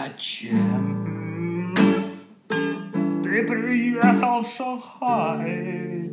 Зачем ты приехал в Шанхай?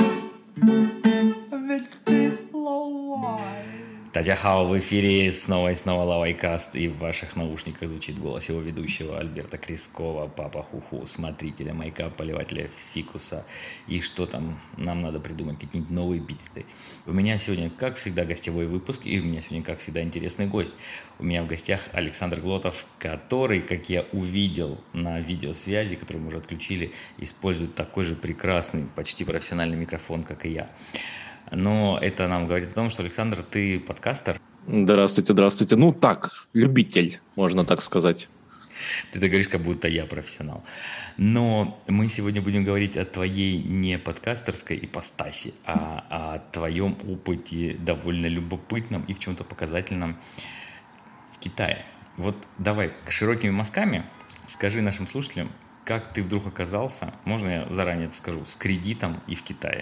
Ведь ты лавай. 大家好, в эфире снова и снова Лавайкаст, и в ваших наушниках звучит голос его ведущего Альберта Крискова, папа Хуху, смотрителя маяка, поливателя фикуса. И что там, нам надо придумать какие-нибудь новые эпитеты. У меня сегодня, как всегда, гостевой выпуск, и у меня сегодня, как всегда, интересный гость. У меня в гостях Александр Глотов, который, как я увидел на видеосвязи, которую мы уже отключили, использует такой же прекрасный, почти профессиональный микрофон, как и я. Но это нам говорит о том, что, Александр, ты подкастер? Здравствуйте, здравствуйте. Ну так, любитель, можно так сказать. Ты так говоришь, как будто я профессионал. Но мы сегодня будем говорить о твоей не подкастерской ипостаси, а о твоем опыте довольно любопытном и в чем-то показательном в Китае. Вот давай широкими мазками скажи нашим слушателям, как ты вдруг оказался, можно я заранее это скажу, с кредитом и в Китае?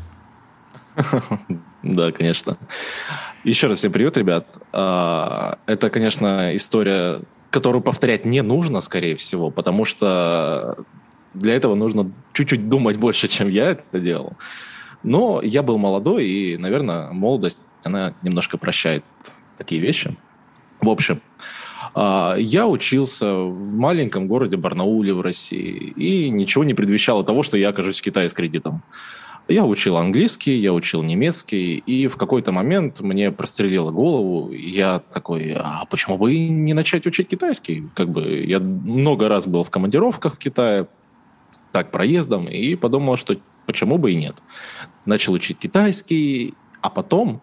Да, конечно. Еще раз всем привет, ребят. Это, конечно, история, которую повторять не нужно, скорее всего, потому что для этого нужно чуть-чуть думать больше, чем я это делал. Но я был молодой, и, наверное, молодость, она немножко прощает такие вещи. В общем, я учился в маленьком городе Барнауле в России, и ничего не предвещало того, что я окажусь в Китае с кредитом. Я учил английский, я учил немецкий, и в какой-то момент мне прострелило голову. Я такой, а почему бы и не начать учить китайский? Я много раз был в командировках в Китае, так, проездом, и подумал, что почему бы и нет. Начал учить китайский, а потом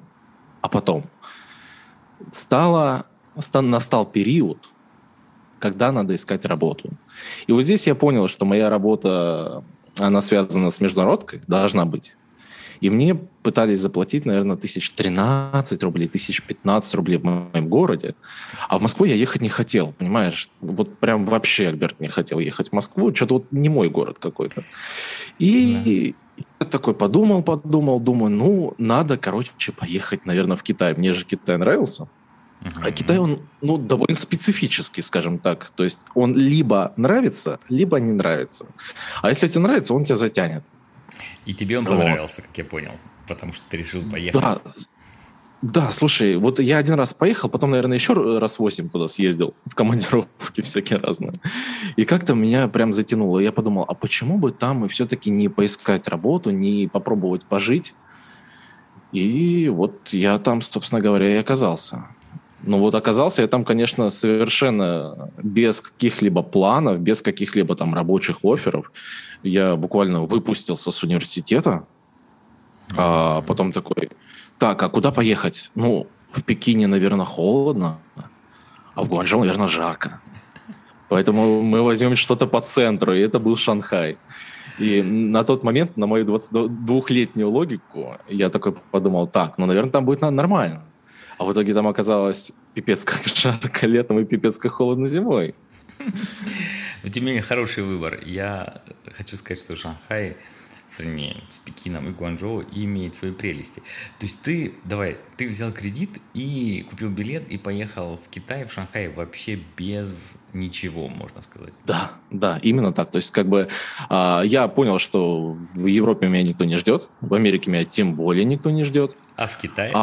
настал период, когда надо искать работу. И вот здесь я понял, что моя работа... Она связана с международкой, должна быть. И мне пытались заплатить, наверное, 1013 рублей, 1015 рублей в моем городе. А в Москву я ехать не хотел, понимаешь? Вот прям вообще, Альберт, не хотел ехать в Москву. Что-то вот не мой город какой-то. И я такой подумал, думаю, надо, поехать, наверное, в Китай. Мне же Китай нравился. А Китай, он довольно специфический, скажем так. То есть он либо нравится, либо не нравится. А если тебе нравится, он тебя затянет. И тебе он понравился, как я понял, потому что ты решил поехать. Да, слушай, вот я один раз поехал, потом, наверное, еще раз 8 туда съездил, в командировки всякие разные. И как-то меня прям затянуло. Я подумал, а почему бы там и все-таки не поискать работу, не попробовать пожить? И вот я там, собственно говоря, и оказался. Ну вот оказался я там, конечно, совершенно без каких-либо планов, без каких-либо там рабочих офферов. Я буквально выпустился с университета, а потом такой, так, а куда поехать? Ну, в Пекине, наверное, холодно, а в Гуанчжоу, наверное, жарко. Поэтому мы возьмем что-то по центру, и это был Шанхай. И на тот момент, на мою 22-летнюю логику, я такой подумал, так, наверное, там будет нормально. А в итоге там оказалось пипец как жарко летом и пипец как холодно зимой. Но тем не менее, хороший выбор. Я хочу сказать, что Шанхай в сравнении с Пекином и Гуанчжоу имеет свои прелести. То есть ты взял кредит и купил билет и поехал в Китай, в Шанхай вообще без ничего, можно сказать. Да, именно так. То есть я понял, что в Европе меня никто не ждет, в Америке меня тем более никто не ждет. А в Китае?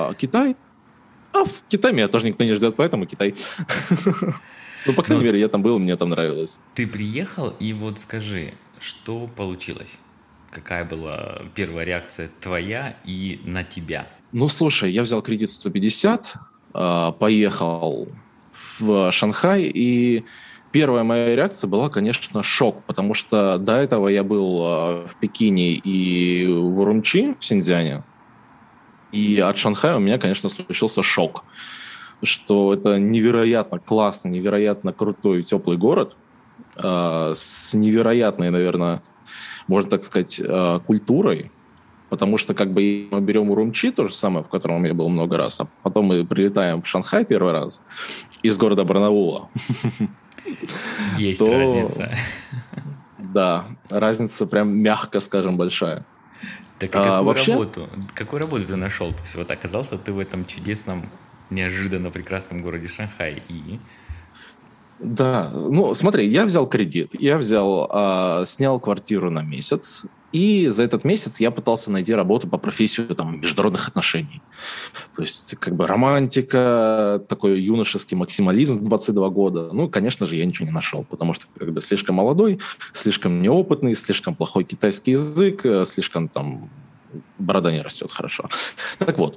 В Китае меня тоже никто не ждет, поэтому Китай. Ну, по крайней мере, я там был, мне там нравилось. Ты приехал, и вот скажи, что получилось? Какая была первая реакция твоя и на тебя? Ну, слушай, я взял кредит 150, поехал в Шанхай, и первая моя реакция была, конечно, шок, потому что до этого я был в Пекине и в Урумчи, в Синьцзяне, и от Шанхая у меня, конечно, случился шок, что это невероятно классный, невероятно крутой, теплый город с невероятной, наверное, можно так сказать, культурой, потому что мы берем Урумчи, то же самое, в котором я был много раз, а потом мы прилетаем в Шанхай первый раз из города Барнаула. Есть разница. Да, разница прям, мягко скажем, большая. Так какую работу ты нашел? То есть вот оказался ты в этом чудесном, неожиданно прекрасном городе Шанхай и... Да, ну смотри, я взял кредит, снял квартиру на месяц, и за этот месяц я пытался найти работу по профессию там, международных отношений. То есть как бы романтика, такой юношеский максимализм в 22 года. Ну, конечно же, я ничего не нашел, потому что как бы слишком молодой, слишком неопытный, слишком плохой китайский язык, слишком там борода не растет хорошо. Так вот,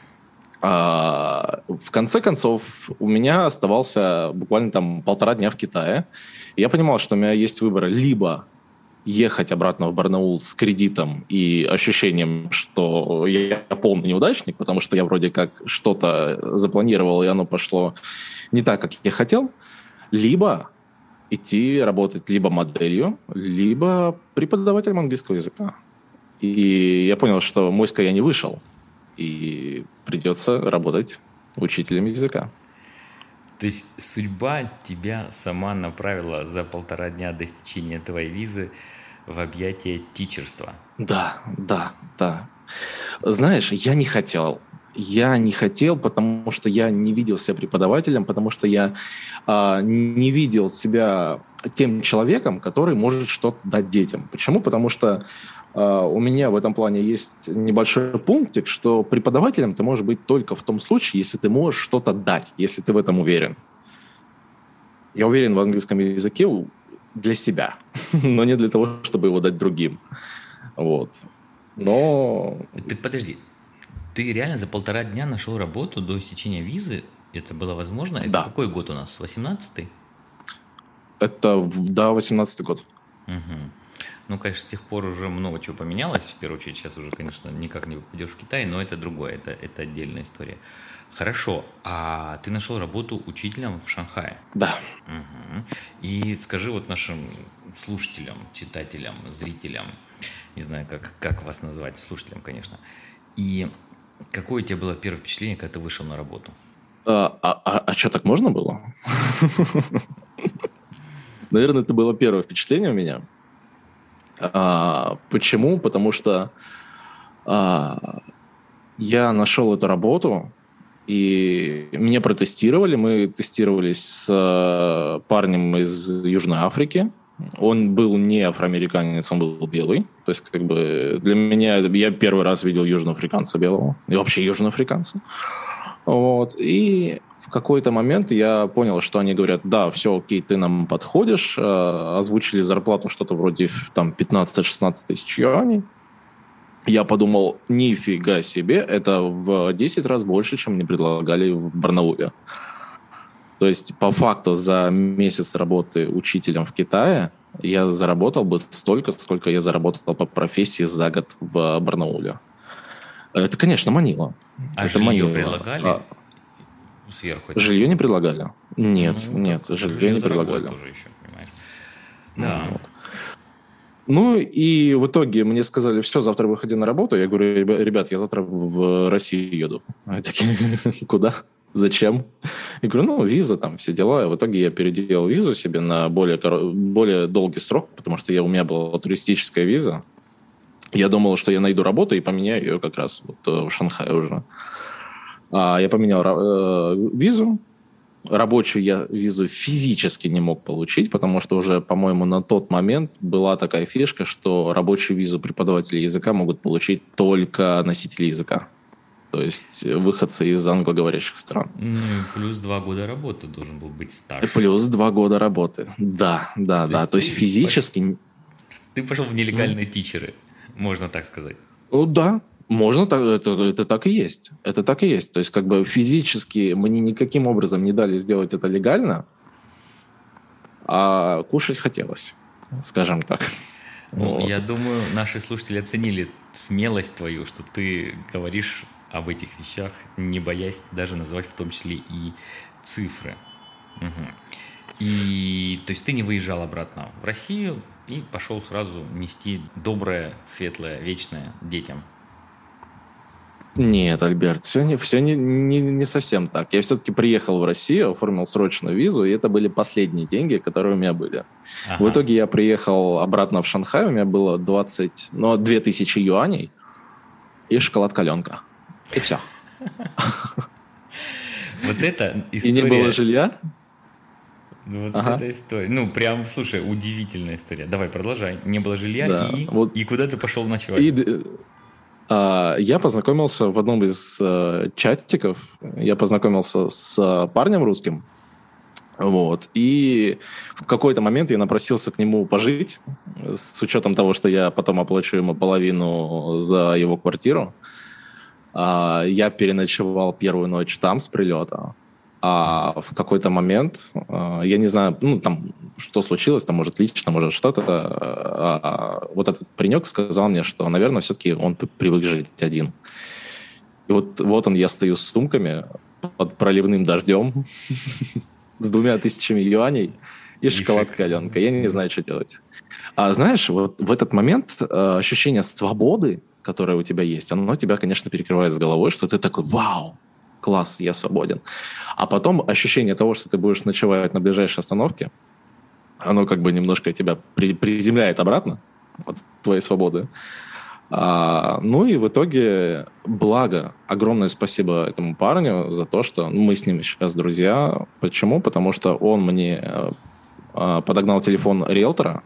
в конце концов, у меня оставался буквально там 1,5 дня в Китае. И я понимал, что у меня есть выбор либо ехать обратно в Барнаул с кредитом и ощущением, что я полный неудачник, потому что я вроде как что-то запланировал, и оно пошло не так, как я хотел, либо идти работать либо моделью, либо преподавателем английского языка. И я понял, что моська я не вышел, и придется работать учителем языка. То есть судьба тебя сама направила за 1,5 дня до истечения твоей визы в объятия тичерства. Да. Знаешь, я не хотел. Я не хотел, потому что я не видел себя преподавателем, потому что я не видел себя тем человеком, который может что-то дать детям. Почему? Потому что у меня в этом плане есть небольшой пунктик, что преподавателем ты можешь быть только в том случае, если ты можешь что-то дать, если ты в этом уверен. Я уверен в английском языке для себя, но не для того, чтобы его дать другим. Вот. Но... Ты подожди, ты реально за 1,5 дня нашел работу до истечения визы? Это было возможно? Это да. Какой год у нас? 18-й? Это, да, 18-й год. Угу. Ну, конечно, с тех пор уже много чего поменялось. В первую очередь, сейчас уже, конечно, никак не попадешь в Китай, но это другое, это отдельная история. Хорошо, а ты нашел работу учителем в Шанхае? Да. Угу. И скажи вот нашим слушателям, читателям, зрителям, не знаю, как вас назвать, слушателям, конечно, и какое у тебя было первое впечатление, когда ты вышел на работу? А что, так можно было? Наверное, это было первое впечатление у меня. Почему? Потому что я нашел эту работу, и меня протестировали. Мы тестировались с парнем из Южной Африки. Он был не афроамериканец, он был белый. То есть, как бы, для меня я первый раз видел южноафриканца белого. И вообще южноафриканца. Вот. И в какой-то момент я понял, что они говорят: да, все, окей, ты нам подходишь. Озвучили зарплату что-то вроде там 15-16 тысяч юаней. Я подумал: нифига себе, это в 10 раз больше, чем мне предлагали в Барнауле. То есть, по факту, за месяц работы учителем в Китае я заработал бы столько, сколько я заработал по профессии за год в Барнауле. Это, конечно, манило. А это жилье манило. Предлагали? Сверху? Жилье не предлагали. Нет, жилье не предлагали. Тоже еще, понимаешь? Да. Вот. Ну и в итоге мне сказали: все, завтра выходи на работу. Я говорю: ребят, я завтра в Россию еду. Они такие: куда? Зачем? Я говорю: виза, там, все дела. И в итоге я переделал визу себе на более долгий срок, потому что у меня была туристическая виза. Я думал, что я найду работу и поменяю ее как раз в Шанхае уже. Я поменял визу. Рабочую я визу физически не мог получить, потому что уже, по-моему, на тот момент была такая фишка, что рабочую визу преподавателей языка могут получить только носители языка. То есть выходцы из англоговорящих стран. Ну и плюс 2 года работы должен был быть стаж. Плюс 2 года работы. Да. То есть физически... Ты пошел в нелегальные тичеры, можно так сказать. Да. Можно, это так и есть. Это так и есть. То есть, как бы физически мне никаким образом не дали сделать это легально, а кушать хотелось, скажем так. Ну, я думаю, наши слушатели оценили смелость твою, что ты говоришь об этих вещах, не боясь даже назвать в том числе и цифры. Угу. И, то есть, ты не выезжал обратно в Россию и пошел сразу нести доброе, светлое, вечное детям. Нет, Альберт, все не совсем так. Я все-таки приехал в Россию, оформил срочную визу, и это были последние деньги, которые у меня были. Ага. В итоге я приехал обратно в Шанхай, у меня было 2000 юаней и шоколад-каленка. И все. Вот это история... И не было жилья? Вот Ага. эта история. Ну, прям, слушай, удивительная история. Давай, продолжай. Не было жилья, Да, вот. и куда ты пошел ночевать? И я познакомился в одном из чатиков. Я познакомился с парнем русским. Вот. И в какой-то момент я напросился к нему пожить, с учетом того, что я потом оплачу ему половину за его квартиру. Я переночевал первую ночь там с прилета. А в какой-то момент, я не знаю, ну, там, что случилось, там, может, лично, может, что-то, вот этот паренек сказал мне, что, наверное, все-таки он привык жить один. И вот он, я стою с сумками под проливным дождем, с 2000 юаней и шоколадка Аленка. Я не знаю, что делать. А знаешь, вот в этот момент ощущение свободы, которое у тебя есть, оно тебя, конечно, перекрывает с головой, что ты такой: вау, класс, я свободен. А потом ощущение того, что ты будешь ночевать на ближайшей остановке, оно как бы немножко тебя приземляет обратно от твоей свободы. Ну и в итоге, благо, огромное спасибо этому парню за то, что мы с ним сейчас друзья. Почему? Потому что он мне подогнал телефон риэлтора,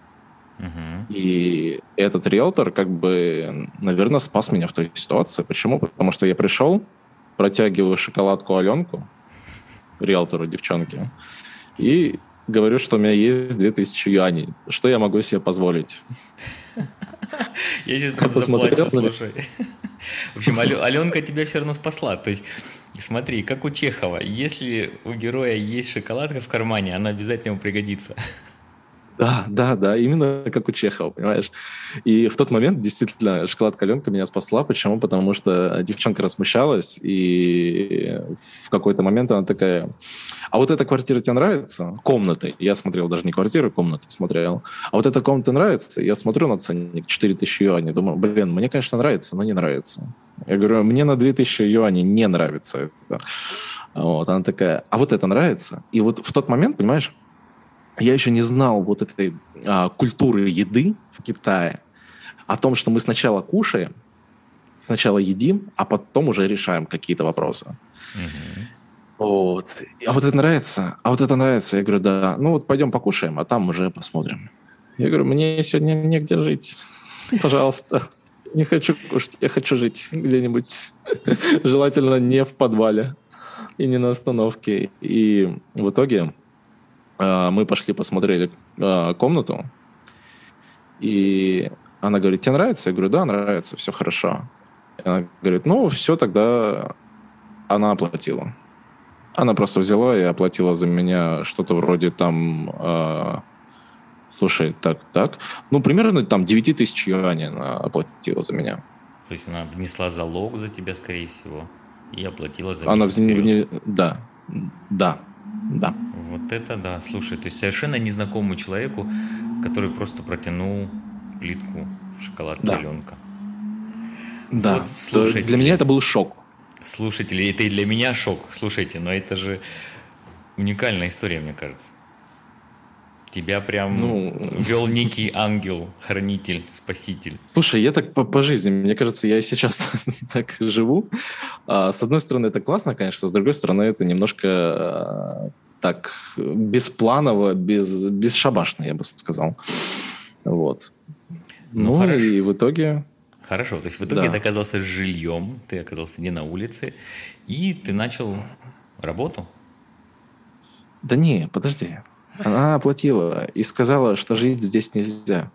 и этот риэлтор как бы, наверное, спас меня в той ситуации. Почему? Потому что я пришел, протягиваю шоколадку Аленку, риэлтору девчонке, и говорю, что у меня есть 2000 юаней. Что я могу себе позволить? Я сейчас прям заплачу, слушай. В общем, Аленка тебя все равно спасла. То есть, смотри, как у Чехова. Если у героя есть шоколадка в кармане, она обязательно ему пригодится. Да, именно как у Чехова, понимаешь? И в тот момент действительно шоколадка Аленка меня спасла. Почему? Потому что девчонка рассмущалась, и в какой-то момент она такая: а вот эта квартира тебе нравится? Комната. Я смотрел даже не квартиру, комнату смотрел. А вот эта комната нравится? Я смотрю на ценник 4000 юаней. Думаю, блин, мне, конечно, нравится, но не нравится. Я говорю, мне на 2000 юаней не нравится это. Вот, она такая: а вот это нравится? И вот в тот момент, понимаешь, я еще не знал вот этой культуры еды в Китае, о том, что мы сначала кушаем, сначала едим, а потом уже решаем какие-то вопросы. Вот. А вот это нравится? А вот это нравится? Я говорю, да. Ну вот пойдем покушаем, а там уже посмотрим. Я говорю, мне сегодня негде жить. Пожалуйста. Не хочу кушать, я хочу жить где-нибудь. Желательно не в подвале и не на остановке. И в итоге мы пошли посмотрели комнату, и она говорит, тебе нравится? Я говорю, да, нравится, все хорошо. И она говорит, ну, все, тогда она оплатила. Она просто взяла и оплатила за меня что-то вроде там... слушай, так. Ну, примерно там 9000 юаней она оплатила за меня. То есть она внесла залог за тебя, скорее всего, и оплатила за она месяц вперед. Да. Вот это да. Слушай, то есть совершенно незнакомому человеку, который просто протянул плитку шоколадки Аленка. Да, вот, слушайте, для меня это был шок. Слушатели, это и для меня шок. Слушайте, но это же уникальная история, мне кажется. Тебя прям вел некий ангел, хранитель, спаситель. Слушай, я так по жизни, мне кажется, я и сейчас так живу. С одной стороны, это классно, конечно, с другой стороны, это немножко так беспланово, бесшабашно, я бы сказал. Вот. Ну и в итоге... Хорошо, то есть в итоге ты оказался с жильем, ты оказался не на улице, и ты начал работу? Да не, подожди. Она оплатила и сказала, что жить здесь нельзя.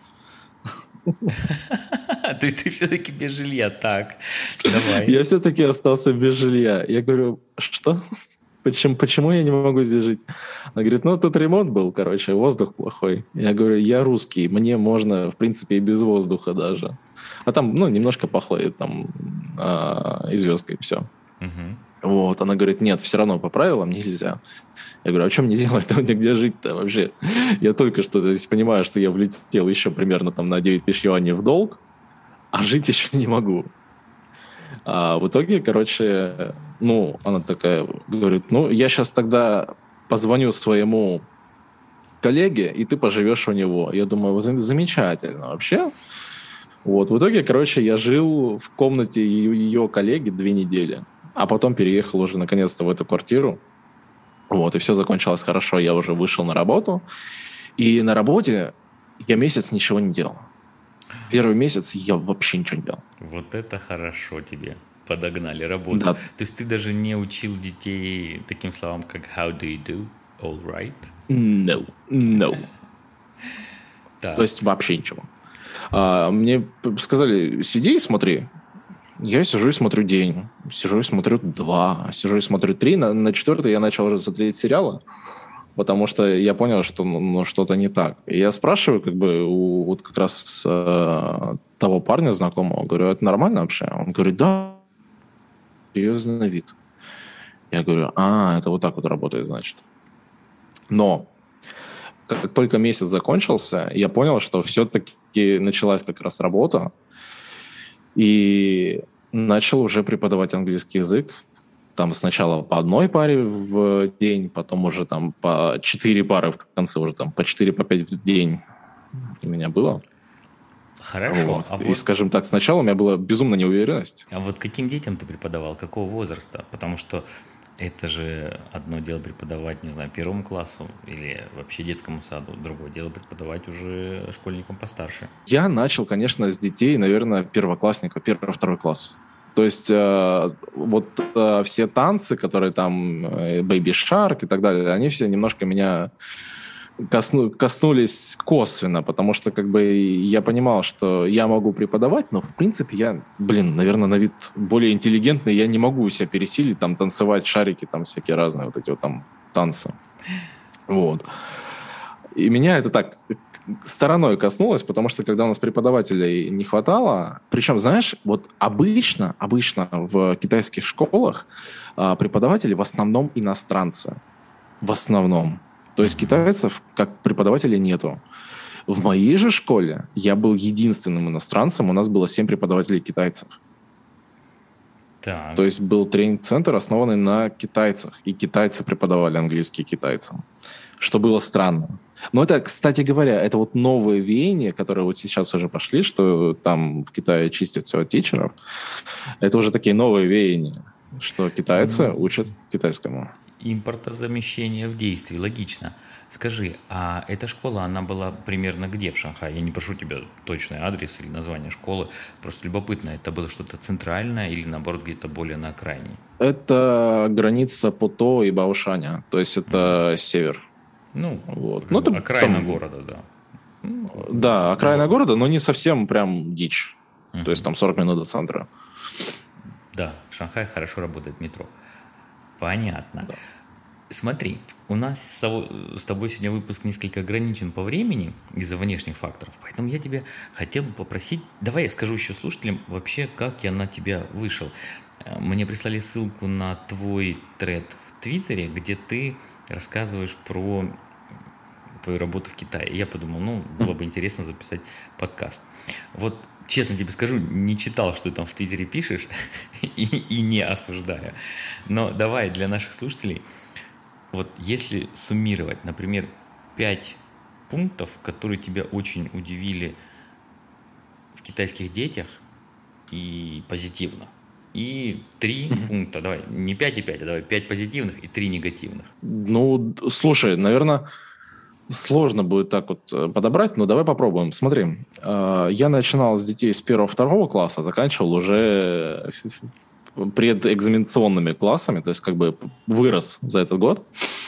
То есть ты все-таки без жилья, так, давай. Я все-таки остался без жилья. Я говорю, что? Почему я не могу здесь жить? Она говорит, ну тут ремонт был, короче, воздух плохой. Я говорю, я русский, мне можно, в принципе, и без воздуха даже. А там, немножко пахло там известкой, и все. Вот, она говорит, нет, все равно по правилам нельзя. Я говорю, а что мне делать? Где жить-то вообще? Я только что понимаю, что я влетел еще примерно там на 9000 юаней в долг, а жить еще не могу. А в итоге, короче, она такая говорит, я сейчас тогда позвоню своему коллеге, и ты поживешь у него. Я думаю, замечательно вообще. Вот, в итоге, короче, я жил в комнате ее коллеги 2 недели, а потом переехал уже наконец-то в эту квартиру. Вот, и все закончилось хорошо. Я уже вышел на работу. И на работе я месяц ничего не делал. Первый месяц я вообще ничего не делал. Вот это хорошо тебе. Подогнали работу. Да. То есть ты даже не учил детей таким словам, как how do you do? All right? No. Так. То есть вообще ничего. Мне сказали, сиди и смотри. Я сижу и смотрю день, сижу и смотрю 2, сижу и смотрю 3. На 4 я начал уже смотреть сериалы, потому что я понял, что что-то не так. И я спрашиваю как бы у вот как раз того парня знакомого, говорю, это нормально вообще? Он говорит, да, серьезный вид. Я говорю, это вот так вот работает, значит. Но как только месяц закончился, я понял, что все-таки началась как раз работа, и начал уже преподавать английский язык. Там сначала по 1 паре в день, потом уже там по 4 пары в конце, уже там по 4-5 в день у меня было. Хорошо. Вот. И, скажем так, сначала у меня была безумная неуверенность. А вот каким детям ты преподавал? Какого возраста? Потому что это же одно дело преподавать, не знаю, 1 классу или вообще детскому саду. Другое дело преподавать уже школьникам постарше. Я начал, конечно, с детей, наверное, первоклассника, 1-2 класс. То есть все танцы, которые там Baby Shark и так далее, они все немножко меня коснулись косвенно, потому что как бы я понимал, что я могу преподавать, но в принципе я, наверное, на вид более интеллигентный, я не могу себя пересилить, там, танцевать шарики, там, всякие разные вот эти вот там танцы. Вот. И меня это так стороной коснулось, потому что когда у нас преподавателей не хватало, причем, знаешь, вот обычно в китайских школах преподаватели в основном иностранцы. В основном. То есть китайцев как преподавателей нету. В моей же школе я был единственным иностранцем, у нас было 7 преподавателей китайцев. Так. То есть был тренинг-центр, основанный на китайцах, и китайцы преподавали английский китайцам, что было странно. Но это, кстати говоря, это вот новые веяния, которые вот сейчас уже пошли, что там в Китае чистят все от тичеров. Это уже такие новые веяния, что китайцы учат китайскому. Импортозамещение в действии, логично. Скажи, а эта школа, она была примерно где в Шанхае? Я не прошу тебя точный адрес или название школы, просто любопытно, это было что-то центральное или, наоборот, где-то более на окраине? Это граница Путо и Баошаня, то есть это север. Вот. Это окраина города, да. Да, окраина города, но не совсем прям дичь. То есть там 40 минут до центра. Да, в Шанхае хорошо работает метро. Понятно. Да. Смотри, у нас с тобой сегодня выпуск несколько ограничен по времени из-за внешних факторов, поэтому я тебя хотел бы попросить, давай я скажу еще слушателям вообще, как я на тебя вышел. Мне прислали ссылку на твой тред в Твиттере, где ты рассказываешь про твою работу в Китае. И я подумал, было бы интересно записать подкаст. Вот честно тебе скажу, не читал, что ты там в Твиттере пишешь, и не осуждаю. Но давай для наших слушателей, вот если суммировать, например, 5 пунктов, которые тебя очень удивили в китайских детях и позитивно, и 3 пункта, давай, не 5 и 5, а давай 5 позитивных и 3 негативных. Слушай, наверное, сложно будет так вот подобрать, но давай попробуем. Смотри, я начинал с детей с 1-2 класса, заканчивал уже предэкзаменационными классами, то есть как бы вырос за этот год.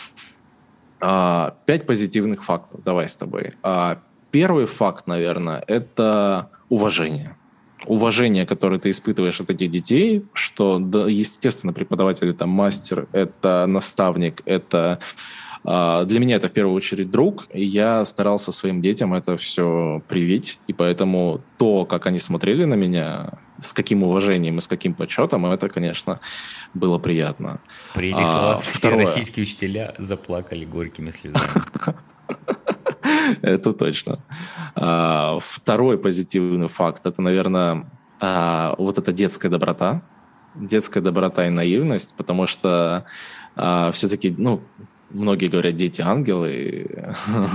5 позитивных фактов. Давай с тобой. Первый факт, наверное, это уважение. Уважение, которое ты испытываешь от этих детей, что, да, естественно, преподаватель – это мастер, это наставник, это... Для меня это в первую очередь друг, и я старался своим детям это все привить, и поэтому то, как они смотрели на меня, с каким уважением и с каким почетом, это, конечно, было приятно. При этих словах все российские учителя заплакали горькими слезами. Это точно. Второй позитивный факт – это, наверное, вот эта детская доброта. Детская доброта и наивность, потому что все-таки, многие говорят, дети ангелы.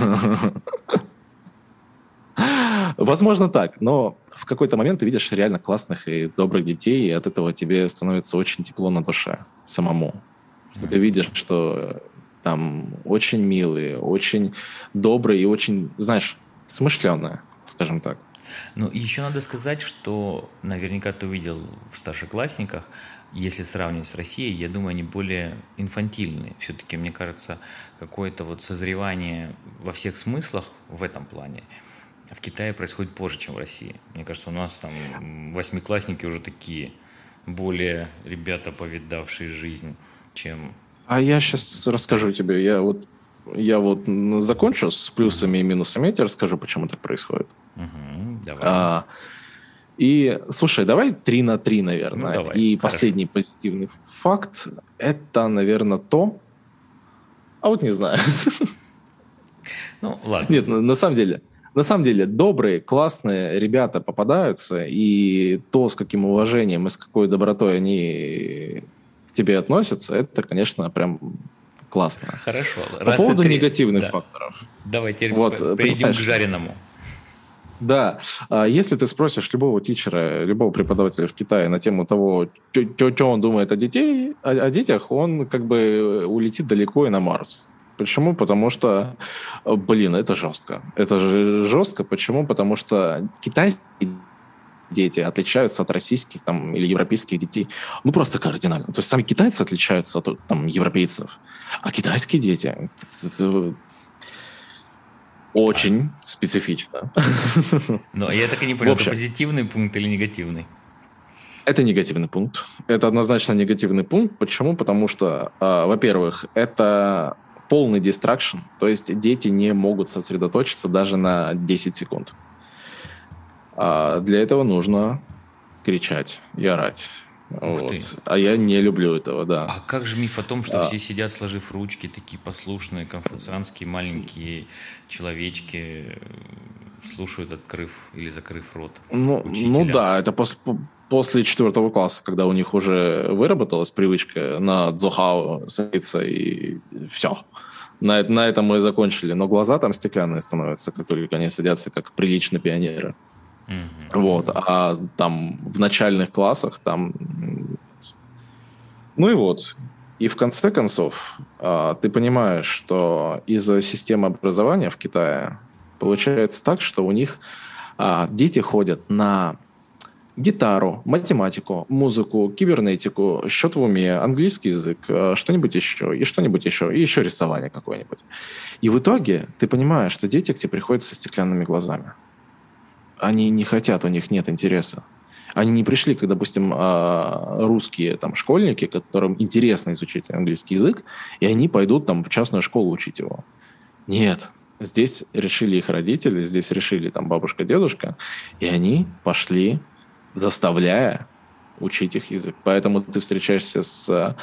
Возможно так, но в какой-то момент ты видишь реально классных и добрых детей, и от этого тебе становится очень тепло на душе самому. Ты видишь, что там очень милые, очень добрые и очень, знаешь, смышленые, скажем так. Ну, и еще надо сказать, что наверняка ты увидел в старшеклассниках, если сравнивать с Россией, я думаю, они более инфантильные. Все-таки, мне кажется, какое-то вот созревание во всех смыслах в этом плане в Китае происходит позже, чем в России. Мне кажется, у нас там восьмиклассники уже такие более ребята, повидавшие жизнь, чем... А я сейчас расскажу тебе. Я вот закончу с плюсами и минусами. Я тебе расскажу, почему так происходит. Давай. И, слушай, давай 3 на 3, наверное. Ну, давай. И Хорошо. последний позитивный факт – это, наверное, то... А вот не знаю. Ну, ладно. Нет, на самом деле, добрые, классные ребята попадаются, и то, с каким уважением и с какой добротой они к тебе относятся, это, конечно, прям классно. Хорошо. По поводу негативных факторов. Давай теперь Вот, перейдем понимаешь? к жареному. Да, если ты спросишь любого тичера, любого преподавателя в Китае на тему того, что он думает о детях, он как бы улетит далеко и на Марс. Почему? Потому что, это жестко. Это же жестко. Почему? Потому что китайские дети отличаются от российских там, или европейских детей. Ну, просто кардинально. То есть сами китайцы отличаются от там, европейцев, а китайские дети очень специфично. Но я так и не понял, общем, это позитивный пункт или негативный? Это негативный пункт. Это однозначно негативный пункт. Почему? Потому что, во-первых, это полный дистракшн. То есть дети не могут сосредоточиться даже на 10 секунд. Для этого нужно кричать и орать. Вот. А я не люблю этого, да. А как же миф о том, что все сидят, сложив ручки, такие послушные, конфуцианские маленькие человечки, слушают, открыв или закрыв рот учителя? Ну да, это после 4 класса, когда у них уже выработалась привычка на дзохао садиться, и все. На этом мы и закончили. Но глаза там стеклянные становятся, как только они садятся, как приличные пионеры. Вот. А там в начальных классах там... Ну и вот. И в конце концов, ты понимаешь, что из-за системы образования в Китае получается так, что у них дети ходят на гитару, математику, музыку, кибернетику, счет в уме, английский язык, что-нибудь еще, и что-нибудь еще, и еще рисование какое-нибудь. И в итоге ты понимаешь, что дети к тебе приходят со стеклянными глазами. Они не хотят, у них нет интереса. Они не пришли, как, допустим, русские там, школьники, которым интересно изучить английский язык, и они пойдут там, в частную школу учить его. Нет. Здесь решили их родители, здесь решили там, бабушка, дедушка, и они пошли, заставляя учить их язык. Поэтому ты встречаешься с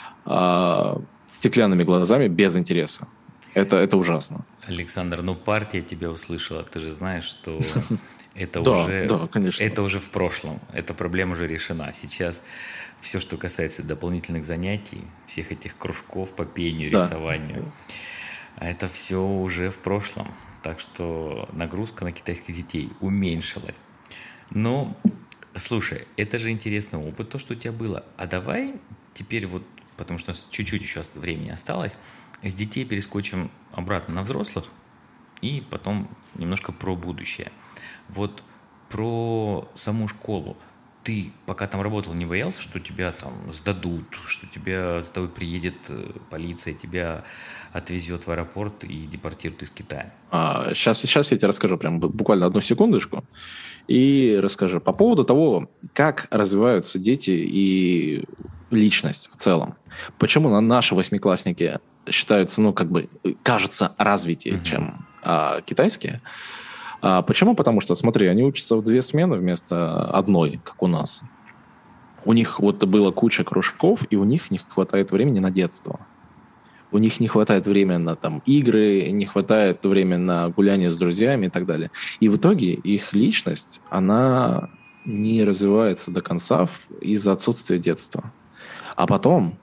стеклянными глазами без интереса. Это ужасно. Александр, партия тебя услышала. Ты же знаешь, что это уже в прошлом. Эта проблема уже решена. Сейчас все, что касается дополнительных занятий, всех этих кружков по пению, рисованию, это все уже в прошлом. Так что нагрузка на китайских детей уменьшилась. Но, слушай, это же интересный опыт, то, что у тебя было. А давай теперь потому что у нас чуть-чуть еще времени осталось, с детей перескочим обратно на взрослых и потом немножко про будущее. Вот про саму школу. Ты, пока там работал, не боялся, что тебя там сдадут, что за тобой приедет полиция, тебя отвезет в аэропорт и депортирует из Китая? Сейчас я тебе расскажу, прям буквально одну секундочку, и расскажу по поводу того, как развиваются дети и личность в целом. Почему наши восьмиклассники считаются, кажется, развитее, чем китайские. Почему? Потому что, смотри, они учатся в 2 смены вместо одной, как у нас. У них было куча кружков, и у них не хватает времени на детство. У них не хватает времени на игры, не хватает времени на гуляние с друзьями и так далее. И в итоге их личность, она не развивается до конца из-за отсутствия детства. А потом,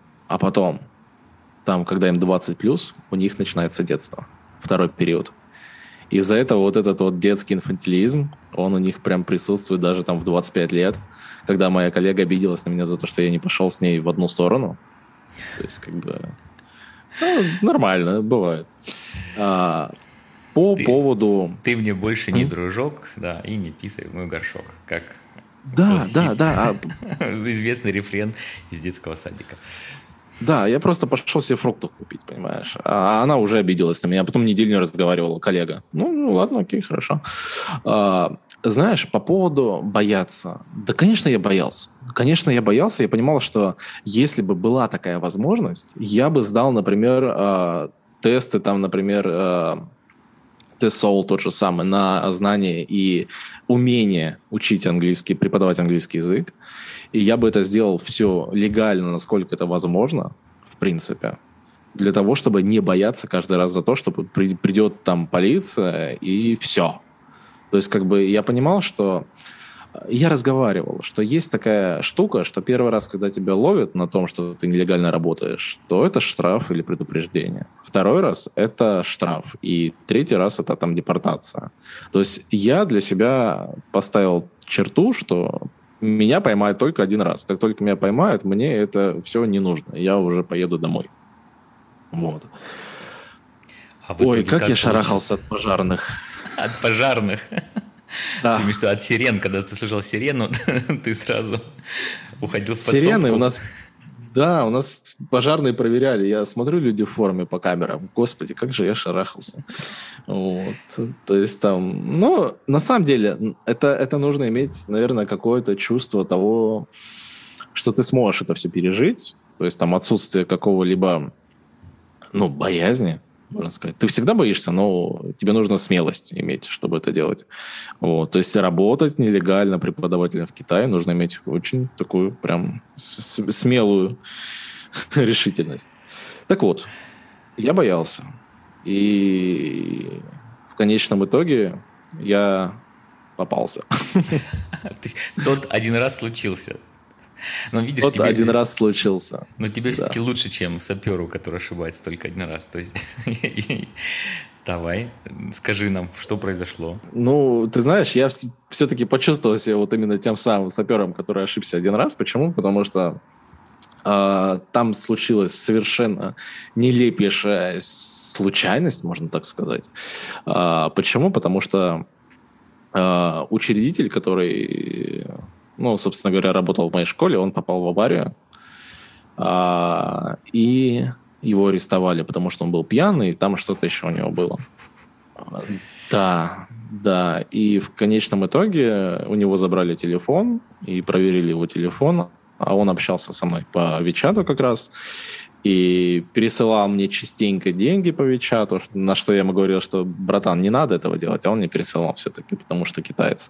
там, когда им 20+, у них начинается детство, второй период. Из-за этого этот детский инфантилизм, он у них прям присутствует даже там в 25 лет, когда моя коллега обиделась на меня за то, что я не пошел с ней в одну сторону. То есть, Нормально, бывает. По поводу... Ты мне больше не дружок, да, и не писай в мой горшок, как Да. известный рефрен из детского садика. Да, я просто пошел себе фруктов купить, понимаешь. А она уже обиделась на меня, потом неделю не разговаривала, коллега. Ну ладно, окей, хорошо. Знаешь, по поводу бояться. Да, конечно, я боялся. Конечно, я боялся. Я понимал, что если бы была такая возможность, я бы сдал, например, тесты, там, например, TESOL тот же самый, на знание и умение учить английский, преподавать английский язык. И я бы это сделал все легально, насколько это возможно, в принципе, для того, чтобы не бояться каждый раз за то, что придет там полиция и все. То есть как бы я понимал, что... Я разговаривал, что есть такая штука, что первый раз, когда тебя ловят на том, что ты нелегально работаешь, то это штраф или предупреждение. Второй раз – это штраф. И третий раз – это там депортация. То есть я для себя поставил черту, что меня поймают только один раз. Как только меня поймают, мне это все не нужно. Я уже поеду домой. Вот. Ой, как я шарахался от пожарных. От пожарных? Да. Ты имеешь в виду от сирен, когда ты слышал сирену, ты сразу уходил в подсобку? Сирены у нас... Да, у нас пожарные проверяли. Я смотрю, люди в форме по камерам. Господи, как же я шарахался. Вот. То есть там... Ну, на самом деле, это нужно иметь, наверное, какое-то чувство того, что ты сможешь это все пережить. То есть там отсутствие какого-либо, боязни, можно сказать. Ты всегда боишься, но тебе нужно смелость иметь, чтобы это делать. Вот. То есть работать нелегально преподавателем в Китае нужно иметь очень такую прям смелую решительность. Так вот, я боялся. И в конечном итоге я попался. Тот один раз случился. Но видишь, вот один раз случился. Но тебе все-таки лучше, чем саперу, который ошибается только один раз. То есть, давай, скажи нам, что произошло. Ну, ты знаешь, я все-таки почувствовал себя вот именно тем самым сапером, который ошибся один раз. Почему? Потому что там случилась совершенно нелепейшая случайность, можно так сказать. Почему? Потому что учредитель, который... собственно говоря, работал в моей школе, он попал в аварию, и его арестовали, потому что он был пьяный, и там что-то еще у него было. Да, и в конечном итоге у него забрали телефон, и проверили его телефон, а он общался со мной по Вичату как раз, и пересылал мне частенько деньги по Вичату, на что я ему говорил, что, братан, не надо этого делать, а он мне пересылал все-таки, потому что китаец.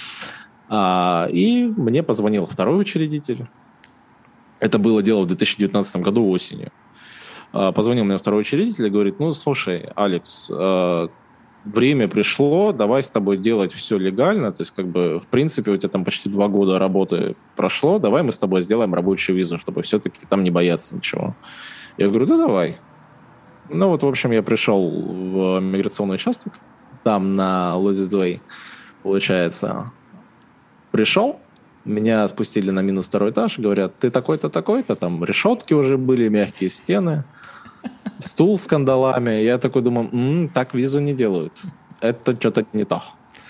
И мне позвонил второй учредитель. Это было дело в 2019 году осенью. Позвонил мне второй учредитель и говорит: слушай, Алекс, время пришло, давай с тобой делать все легально. То есть, в принципе, у тебя там почти 2 года работы прошло, давай мы с тобой сделаем рабочую визу, чтобы все-таки там не бояться ничего. Я говорю: да, давай. В общем, я пришел в миграционный участок, там на Лозицвей, получается. Пришел, меня спустили на минус 2 этаж, говорят: ты такой-то, такой-то, там решетки уже были, мягкие стены, стул с кандалами. Я такой думаю: так визу не делают. Это что-то не то.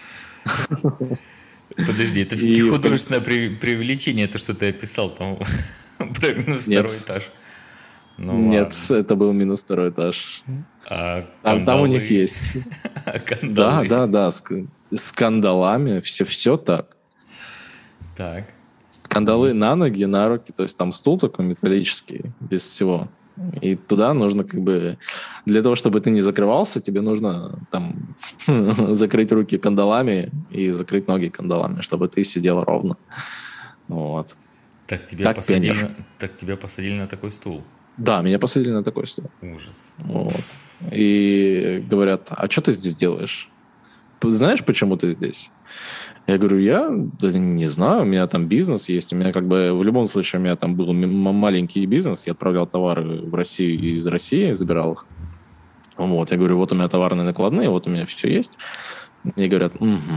Подожди, это все-таки художественное преувеличение, то, что ты описал там про минус 2 этаж. Нет, это был минус 2 этаж. Там у них есть. Да, с кандалами, все так. Так. Кандалы на ноги, на руки, то есть там стул такой металлический, без всего. И туда нужно для того, чтобы ты не закрывался, тебе нужно там закрыть руки кандалами и закрыть ноги кандалами, чтобы ты сидел ровно. Вот. Так тебя посадили на такой стул? Да, меня посадили на такой стул. Ужас. Вот. И говорят: а что ты здесь делаешь? Знаешь, почему ты здесь? Я говорю: я не знаю, у меня там бизнес есть, у меня в любом случае у меня там был маленький бизнес, я отправлял товары в Россию и из России забирал их. Вот, я говорю: вот у меня товарные накладные, вот у меня все есть. Мне говорят: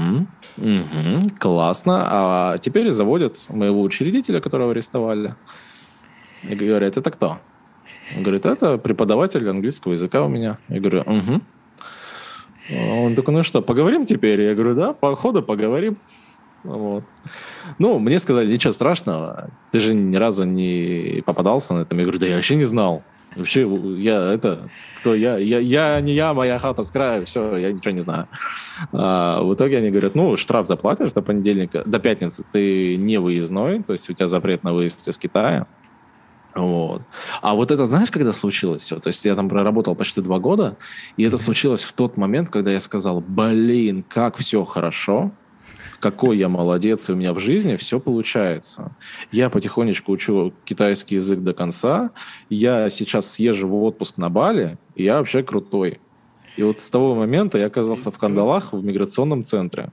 классно, а теперь заводят моего учредителя, которого арестовали. И говорят: это кто? Он говорит, это преподаватель английского языка у меня. Я говорю, угу. Он такой, ну что, поговорим теперь? Я говорю, да, по ходу поговорим. Вот. Ну, мне сказали, ничего страшного, ты же ни разу не попадался на этом. Я говорю, да я вообще не знал. Вообще, кто я? Я не я, моя хата с краю, все, я ничего не знаю. В итоге они говорят, ну, штраф заплатишь до понедельника, до пятницы, ты не выездной, то есть у тебя запрет на выезд из Китая. Вот. А вот это, знаешь, когда случилось все? То есть я там проработал почти 2 года, и это случилось в тот момент, когда я сказал, блин, как все хорошо, какой я молодец, и у меня в жизни все получается. Я потихонечку учу китайский язык до конца, я сейчас съезжу в отпуск на Бали, и я вообще крутой. И вот с того момента я оказался в кандалах в миграционном центре.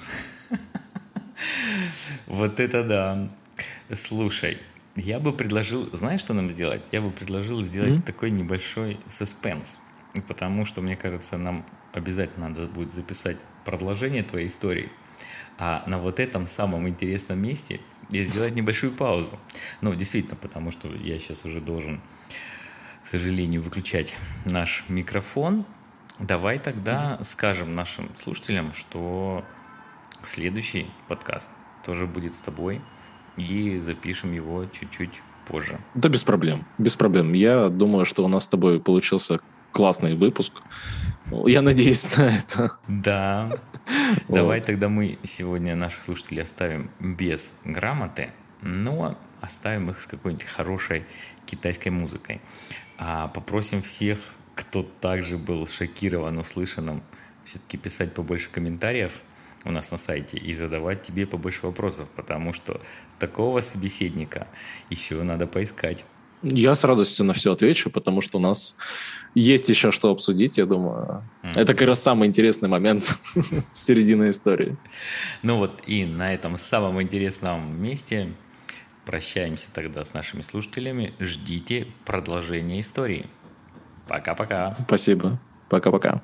Вот это да. Слушай, я бы предложил, знаешь, что нам сделать? Я бы предложил сделать такой небольшой саспенс, потому что, мне кажется, нам обязательно надо будет записать продолжение твоей истории. А на вот этом самом интересном месте я сделать небольшую паузу. Ну, действительно, потому что я сейчас уже должен, к сожалению, выключать наш микрофон. Давай тогда скажем нашим слушателям, что следующий подкаст тоже будет с тобой, и запишем его чуть-чуть позже. Да, без проблем. Без проблем. Я думаю, что у нас с тобой получился классный выпуск. Я надеюсь на это. Да. Давай тогда мы сегодня наших слушателей оставим без грамоты, но оставим их с какой-нибудь хорошей китайской музыкой. А попросим всех, кто также был шокирован услышанным, все-таки писать побольше комментариев у нас на сайте и задавать тебе побольше вопросов, потому что такого собеседника еще надо поискать. Я с радостью на все отвечу, потому что у нас есть еще что обсудить, я думаю. Это как раз самый интересный момент середины истории. Ну вот и на этом самом интересном месте прощаемся тогда с нашими слушателями. Ждите продолжения истории. Пока-пока. Спасибо. Пока-пока.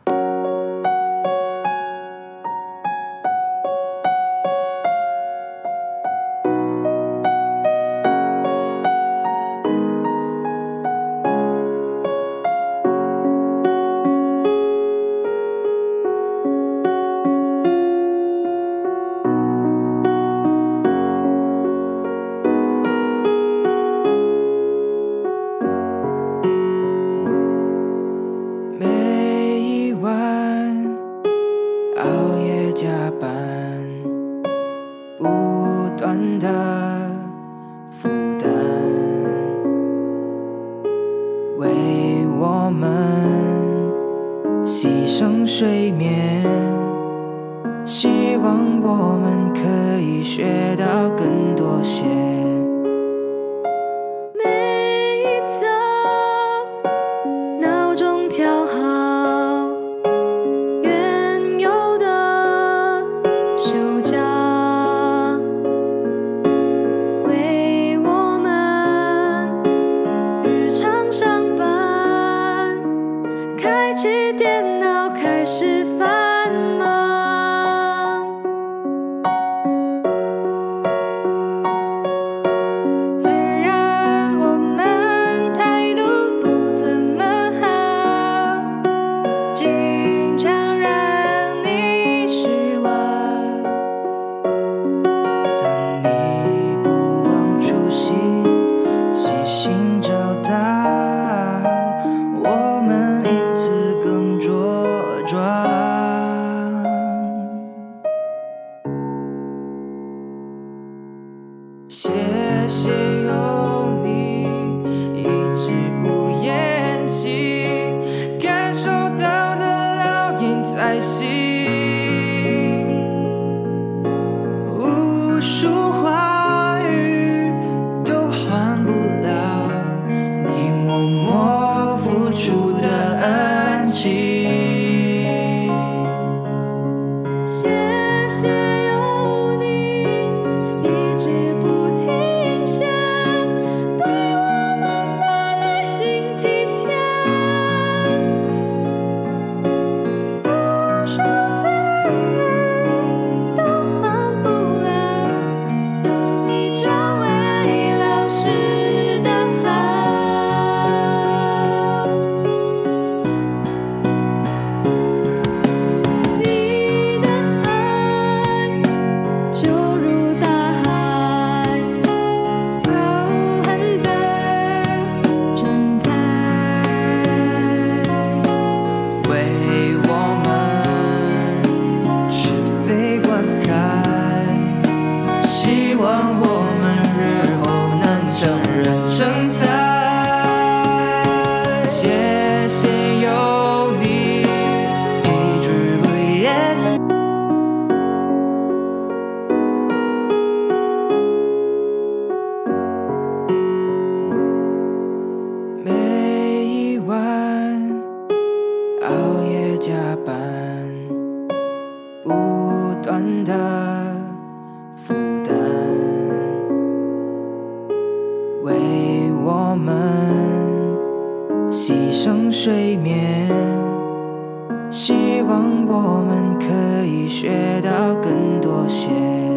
上睡眠，希望我们可以学到更多些。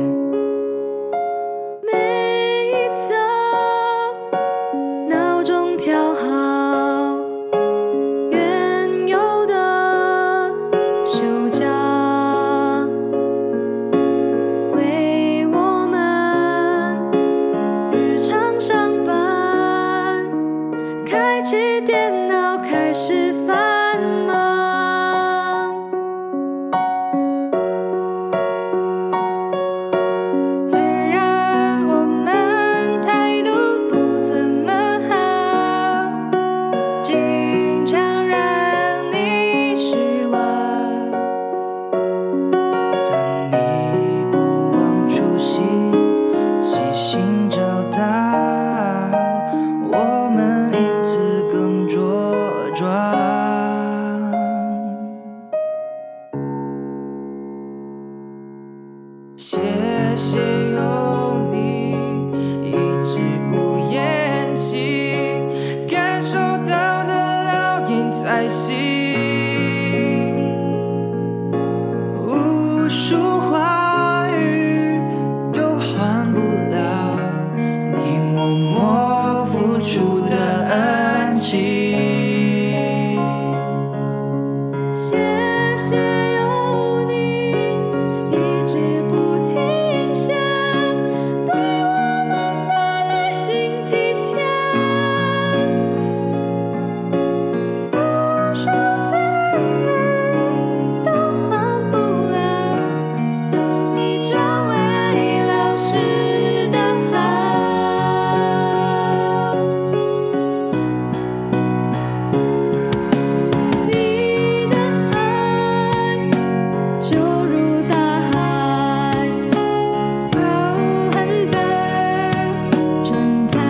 每一早闹钟调好，原有的休假，为我们日常上班，开启电脑开始繁忙。虽然我们态度不怎么好，经常让你失望。 但你不忘初心，细心找到，我们因此更茁壮。谢谢有你一直不厌弃，感受到的烙印在心，无数话语都换不了你默默付出的恩情。 谢谢有你一直不停歇，对我们的耐心体贴。无数岁月都换不了有你这位老师的好。你的爱就如大海，浩瀚的存在。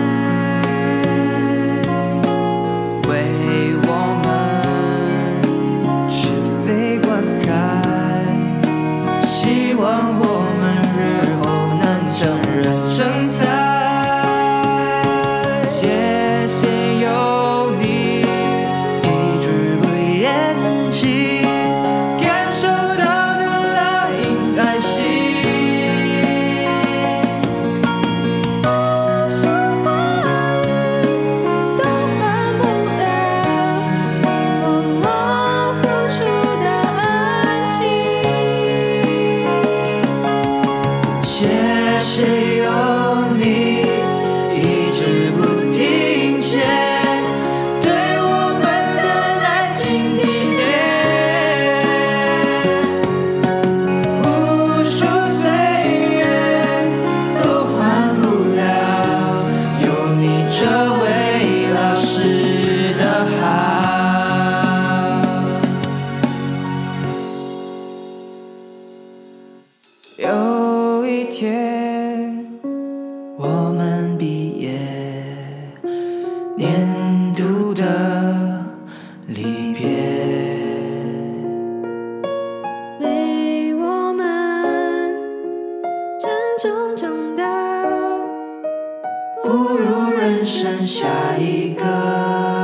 为我们是非灌溉，希望我们日后能成人成才。谢谢有你一直不厌弃，感受到的烙印在心。 说话语都换不了你默默付出的恩情。 谢谢有你一直不停歇，对我们的耐心体贴。无数岁月都换不了有你这位老师的好。有一天我们毕业，年度的离别， 为我们珍重长大， 步入人生下一个